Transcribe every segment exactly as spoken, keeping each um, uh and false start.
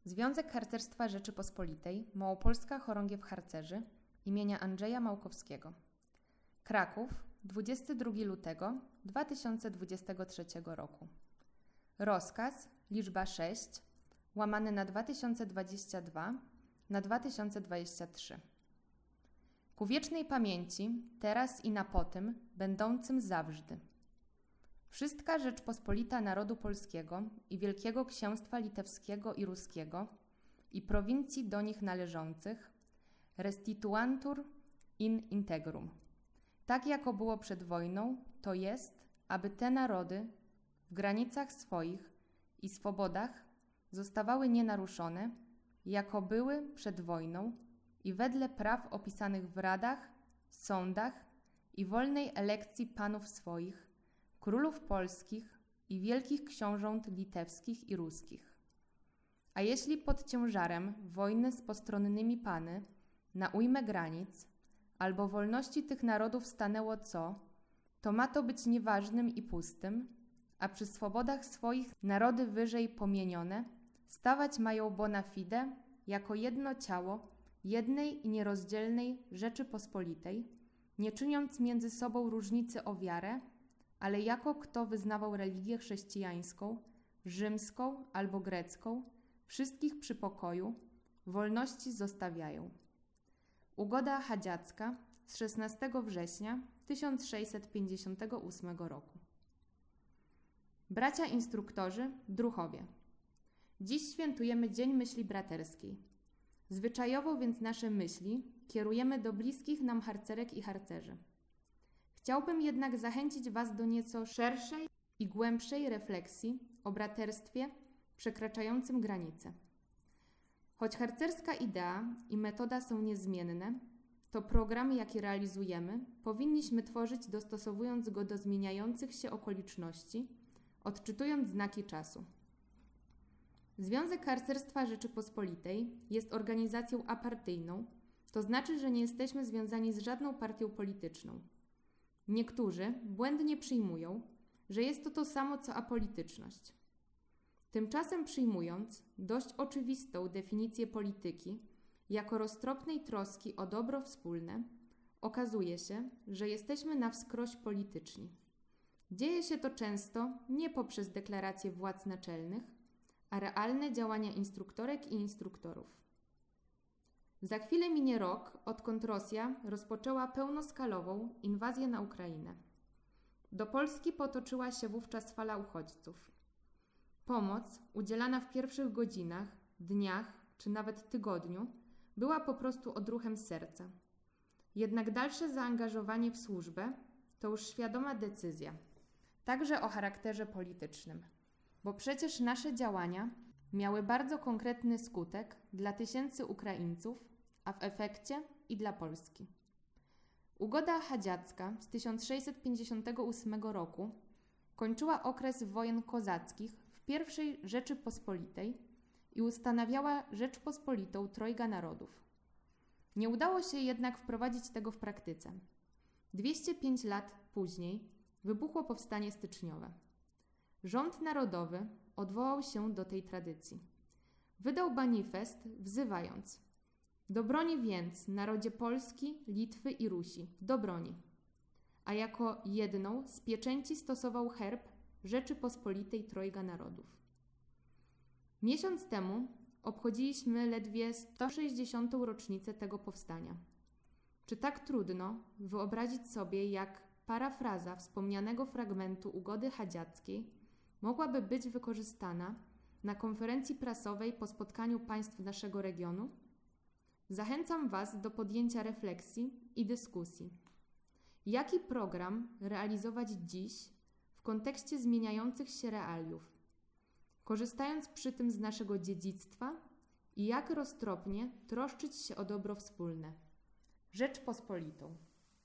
Związek Harcerstwa Rzeczypospolitej Małopolska Chorągiew Harcerzy imienia Andrzeja Małkowskiego. Kraków, dwudziestego drugiego lutego dwa tysiące dwudziestego trzeciego roku. Rozkaz liczba sześć łamany na dwa tysiące dwadzieścia dwa na dwa tysiące dwadzieścia trzy. Ku wiecznej pamięci, teraz i na potem, będącym zawsze. Wszystka Rzeczpospolita Narodu Polskiego i Wielkiego Księstwa Litewskiego i Ruskiego i prowincji do nich należących restituantur in integrum. Tak jako było przed wojną, to jest, aby te narody w granicach swoich i swobodach zostawały nienaruszone, jako były przed wojną i wedle praw opisanych w radach, sądach i wolnej elekcji panów swoich, królów polskich i wielkich książąt litewskich i ruskich. A jeśli pod ciężarem wojny z postronnymi pany na ujmę granic albo wolności tych narodów stanęło co, to ma to być nieważnym i pustym, a przy swobodach swoich narody wyżej pomienione stawać mają bona fide jako jedno ciało jednej i nierozdzielnej Rzeczypospolitej, nie czyniąc między sobą różnicy o wiarę, ale jako kto wyznawał religię chrześcijańską, rzymską albo grecką, wszystkich przy pokoju, wolności zostawiają. Ugoda chadziacka z szesnastego września tysiąc sześćset pięćdziesiątego ósmego roku. Bracia instruktorzy, druhowie. Dziś świętujemy Dzień Myśli Braterskiej. Zwyczajowo więc nasze myśli kierujemy do bliskich nam harcerek i harcerzy. Chciałbym jednak zachęcić Was do nieco szerszej i głębszej refleksji o braterstwie przekraczającym granice. Choć harcerska idea i metoda są niezmienne, to program, jaki realizujemy, powinniśmy tworzyć dostosowując go do zmieniających się okoliczności, odczytując znaki czasu. Związek Harcerstwa Rzeczypospolitej jest organizacją apartyjną, to znaczy, że nie jesteśmy związani z żadną partią polityczną. Niektórzy błędnie przyjmują, że jest to to samo co apolityczność. Tymczasem przyjmując dość oczywistą definicję polityki jako roztropnej troski o dobro wspólne, okazuje się, że jesteśmy na wskroś polityczni. Dzieje się to często nie poprzez deklaracje władz naczelnych, a realne działania instruktorek i instruktorów. Za chwilę minie rok, odkąd Rosja rozpoczęła pełnoskalową inwazję na Ukrainę. Do Polski potoczyła się wówczas fala uchodźców. Pomoc udzielana w pierwszych godzinach, dniach czy nawet tygodniu była po prostu odruchem serca. Jednak dalsze zaangażowanie w służbę to już świadoma decyzja, także o charakterze politycznym, bo przecież nasze działania miały bardzo konkretny skutek dla tysięcy Ukraińców, a w efekcie i dla Polski. Ugoda chadziacka z tysiąc sześćset pięćdziesiątego ósmego roku kończyła okres wojen kozackich w pierwszej Rzeczypospolitej i ustanawiała Rzeczpospolitą Trojga Narodów. Nie udało się jednak wprowadzić tego w praktyce. dwieście pięć lat później wybuchło powstanie styczniowe. Rząd narodowy odwołał się do tej tradycji. Wydał manifest wzywając: do broni więc, narodzie Polski, Litwy i Rusi, do broni. A jako jedną z pieczęci stosował herb Rzeczypospolitej Trojga Narodów. Miesiąc temu obchodziliśmy ledwie sto sześćdziesiątą rocznicę tego powstania. Czy tak trudno wyobrazić sobie, jak parafraza wspomnianego fragmentu Ugody chadziackiej mogłaby być wykorzystana na konferencji prasowej po spotkaniu państw naszego regionu? Zachęcam Was do podjęcia refleksji i dyskusji. Jaki program realizować dziś w kontekście zmieniających się realiów, korzystając przy tym z naszego dziedzictwa i jak roztropnie troszczyć się o dobro wspólne? Rzeczpospolitą.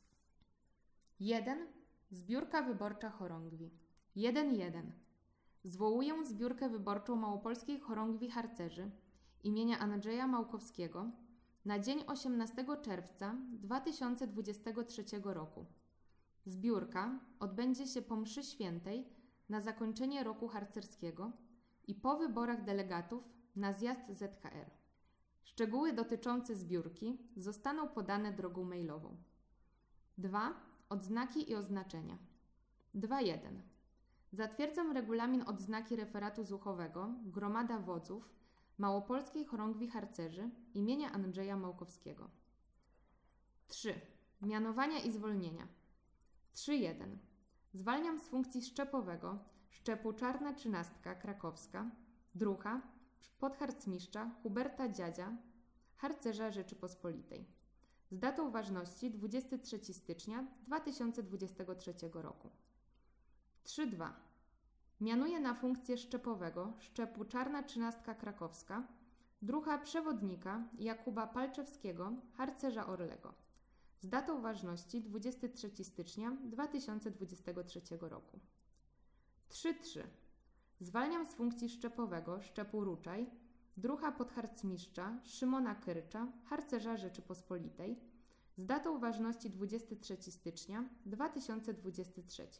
jeden. Zbiórka wyborcza chorągwi. jeden jeden. Zwołuję zbiórkę wyborczą Małopolskiej Chorągwi Harcerzy imienia Andrzeja Małkowskiego na dzień osiemnastego czerwca dwa tysiące dwudziestego trzeciego roku. Zbiórka odbędzie się po mszy świętej na zakończenie roku harcerskiego i po wyborach delegatów na zjazd Z K R. Szczegóły dotyczące zbiórki zostaną podane drogą mailową. dwa. Odznaki i oznaczenia. dwa jeden. Zatwierdzam regulamin odznaki referatu zuchowego Gromada Wodzów Małopolskiej Chorągwi Harcerzy imienia Andrzeja Małkowskiego. trzy. Mianowania i zwolnienia. trzy jeden. Zwalniam z funkcji szczepowego szczepu Czarna Trzynastka Krakowska druha podharcmistrza Huberta Dziadzia, harcerza Rzeczypospolitej, z datą ważności dwudziestego trzeciego stycznia dwa tysiące dwudziestego trzeciego roku. trzy dwa. Mianuję na funkcję szczepowego szczepu Czarna Trzynastka Krakowska druha przewodnika Jakuba Palczewskiego, harcerza Orlego, z datą ważności dwudziestego trzeciego stycznia dwa tysiące dwudziestego trzeciego roku. trzy trzy. Zwalniam z funkcji szczepowego szczepu Ruczaj druha podharcmistrza Szymona Kyrcza, harcerza Rzeczypospolitej, z datą ważności dwudziestego trzeciego stycznia dwa tysiące dwudziestego trzeciego.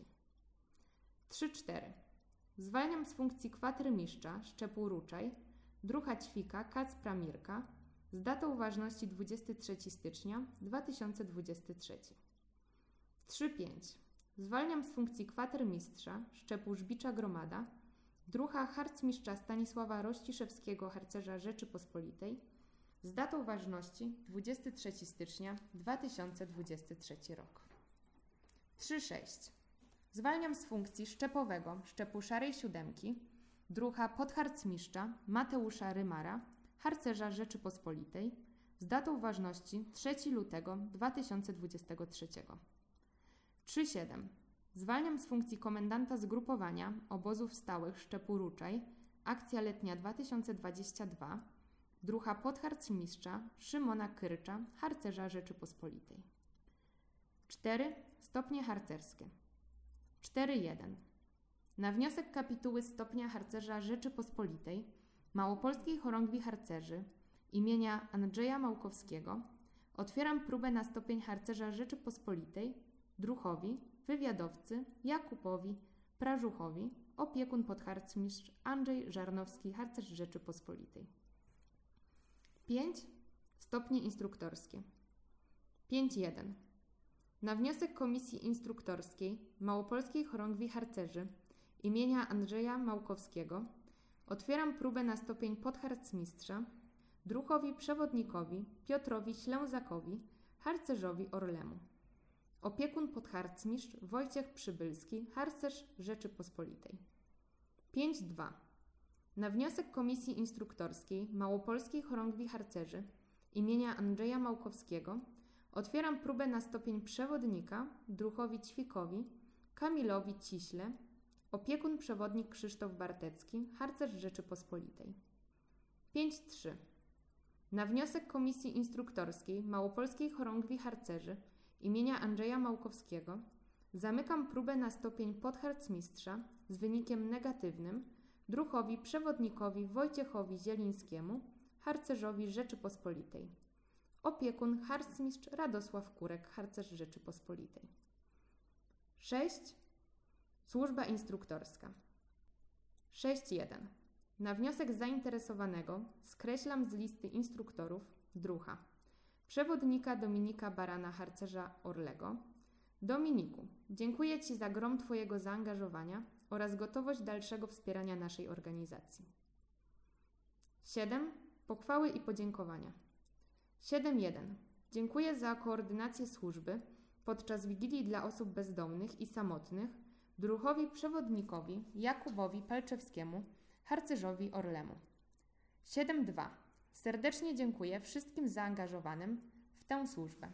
trzy cztery. Zwalniam z funkcji kwatrymistrza szczepu Ruczaj druha Ćwika Kacpra Mirka, z datą ważności dwudziestego trzeciego stycznia dwa tysiące dwudziestego trzeciego. trzy pięć. Zwalniam z funkcji kwatermistrza szczepu Żbicza Gromada druha harcmistrza Stanisława Rościszewskiego, harcerza Rzeczypospolitej, z datą ważności dwudziestego trzeciego stycznia dwa tysiące dwudziesty trzeci rok. trzy sześć. Zwalniam z funkcji szczepowego szczepu Szarej Siódemki druha podharcmistrza Mateusza Rymara, harcerza Rzeczypospolitej, z datą ważności trzeciego lutego dwa tysiące dwudziestego trzeciego. trzy siedem. Zwalniam z funkcji komendanta zgrupowania obozów stałych szczepu Ruczaj, akcja letnia dwa tysiące dwudziesty drugi, druha podharcmistrza Szymona Kyrcza, harcerza Rzeczypospolitej. cztery. Stopnie harcerskie. cztery jeden. Na wniosek kapituły stopnia harcerza Rzeczypospolitej Małopolskiej Chorągwi Harcerzy imienia Andrzeja Małkowskiego otwieram próbę na stopień harcerza Rzeczypospolitej druhowi, wywiadowcy Jakubowi Prażuchowi, opiekun podharcmistrz Andrzej Żarnowski, harcerz Rzeczypospolitej. pięć. Stopnie instruktorskie. pięć jeden. Na wniosek Komisji Instruktorskiej Małopolskiej Chorągwi Harcerzy imienia Andrzeja Małkowskiego otwieram próbę na stopień podharcmistrza druhowi przewodnikowi Piotrowi Ślęzakowi, harcerzowi Orlemu. Opiekun podharcmistrz Wojciech Przybylski, harcerz Rzeczypospolitej. pięć dwa. Na wniosek Komisji Instruktorskiej Małopolskiej Chorągwi Harcerzy imienia Andrzeja Małkowskiego otwieram próbę na stopień przewodnika druhowi Ćwikowi, Kamilowi Ciśle, opiekun przewodnik Krzysztof Bartecki, harcerz Rzeczypospolitej. pięć trzy. Na wniosek Komisji Instruktorskiej Małopolskiej Chorągwi Harcerzy imienia Andrzeja Małkowskiego zamykam próbę na stopień podharcmistrza z wynikiem negatywnym druhowi przewodnikowi Wojciechowi Zielińskiemu, harcerzowi Rzeczypospolitej. Opiekun harcmistrz Radosław Kurek, harcerz Rzeczypospolitej. sześć. Służba instruktorska. sześć jeden. Na wniosek zainteresowanego skreślam z listy instruktorów druha przewodnika Dominika Barana, harcerza Orlego. Dominiku, dziękuję Ci za grom Twojego zaangażowania oraz gotowość dalszego wspierania naszej organizacji. siedem. Pochwały i podziękowania. siedem jeden. Dziękuję za koordynację służby podczas Wigilii dla osób bezdomnych i samotnych druhowi przewodnikowi Jakubowi Palczewskiemu, harcerzowi Orlemu. siedem dwa. Serdecznie dziękuję wszystkim zaangażowanym w tę służbę.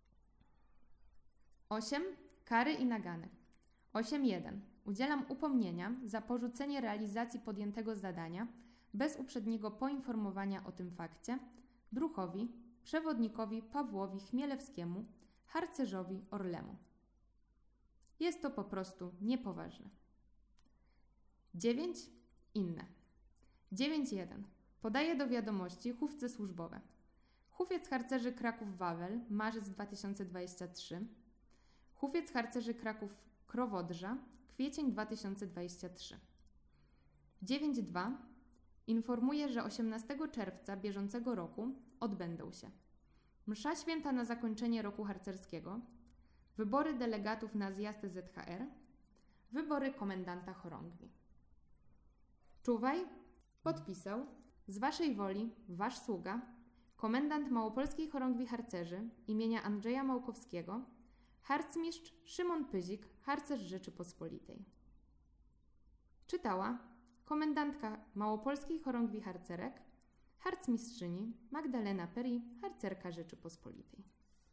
osiem. Kary i nagany. osiem jeden. Udzielam upomnienia za porzucenie realizacji podjętego zadania bez uprzedniego poinformowania o tym fakcie druhowi, przewodnikowi Pawłowi Chmielewskiemu, harcerzowi Orlemu. Jest to po prostu niepoważne. dziewięć. Inne. dziewięć jeden. Podaję do wiadomości chówce służbowe. Chówiec harcerzy Kraków-Wawel, marzec dwa tysiące dwudziesty trzeci. Chówiec harcerzy Kraków-Krowodrza, kwiecień dwa tysiące dwudziesty trzeci. dziewięć dwa. informuję, że osiemnastego czerwca bieżącego roku odbędą się msza święta na zakończenie roku harcerskiego, wybory delegatów na zjazd Z H R, wybory komendanta chorągwi. Czuwaj, podpisał z waszej woli wasz sługa, komendant Małopolskiej Chorągwi Harcerzy imienia Andrzeja Małkowskiego, harcmistrz Szymon Pyzik, harcerz Rzeczypospolitej. Czytała komendantka Małopolskiej Chorągwi Harcerek, harcmistrzyni Magdalena Peri, harcerka Rzeczypospolitej.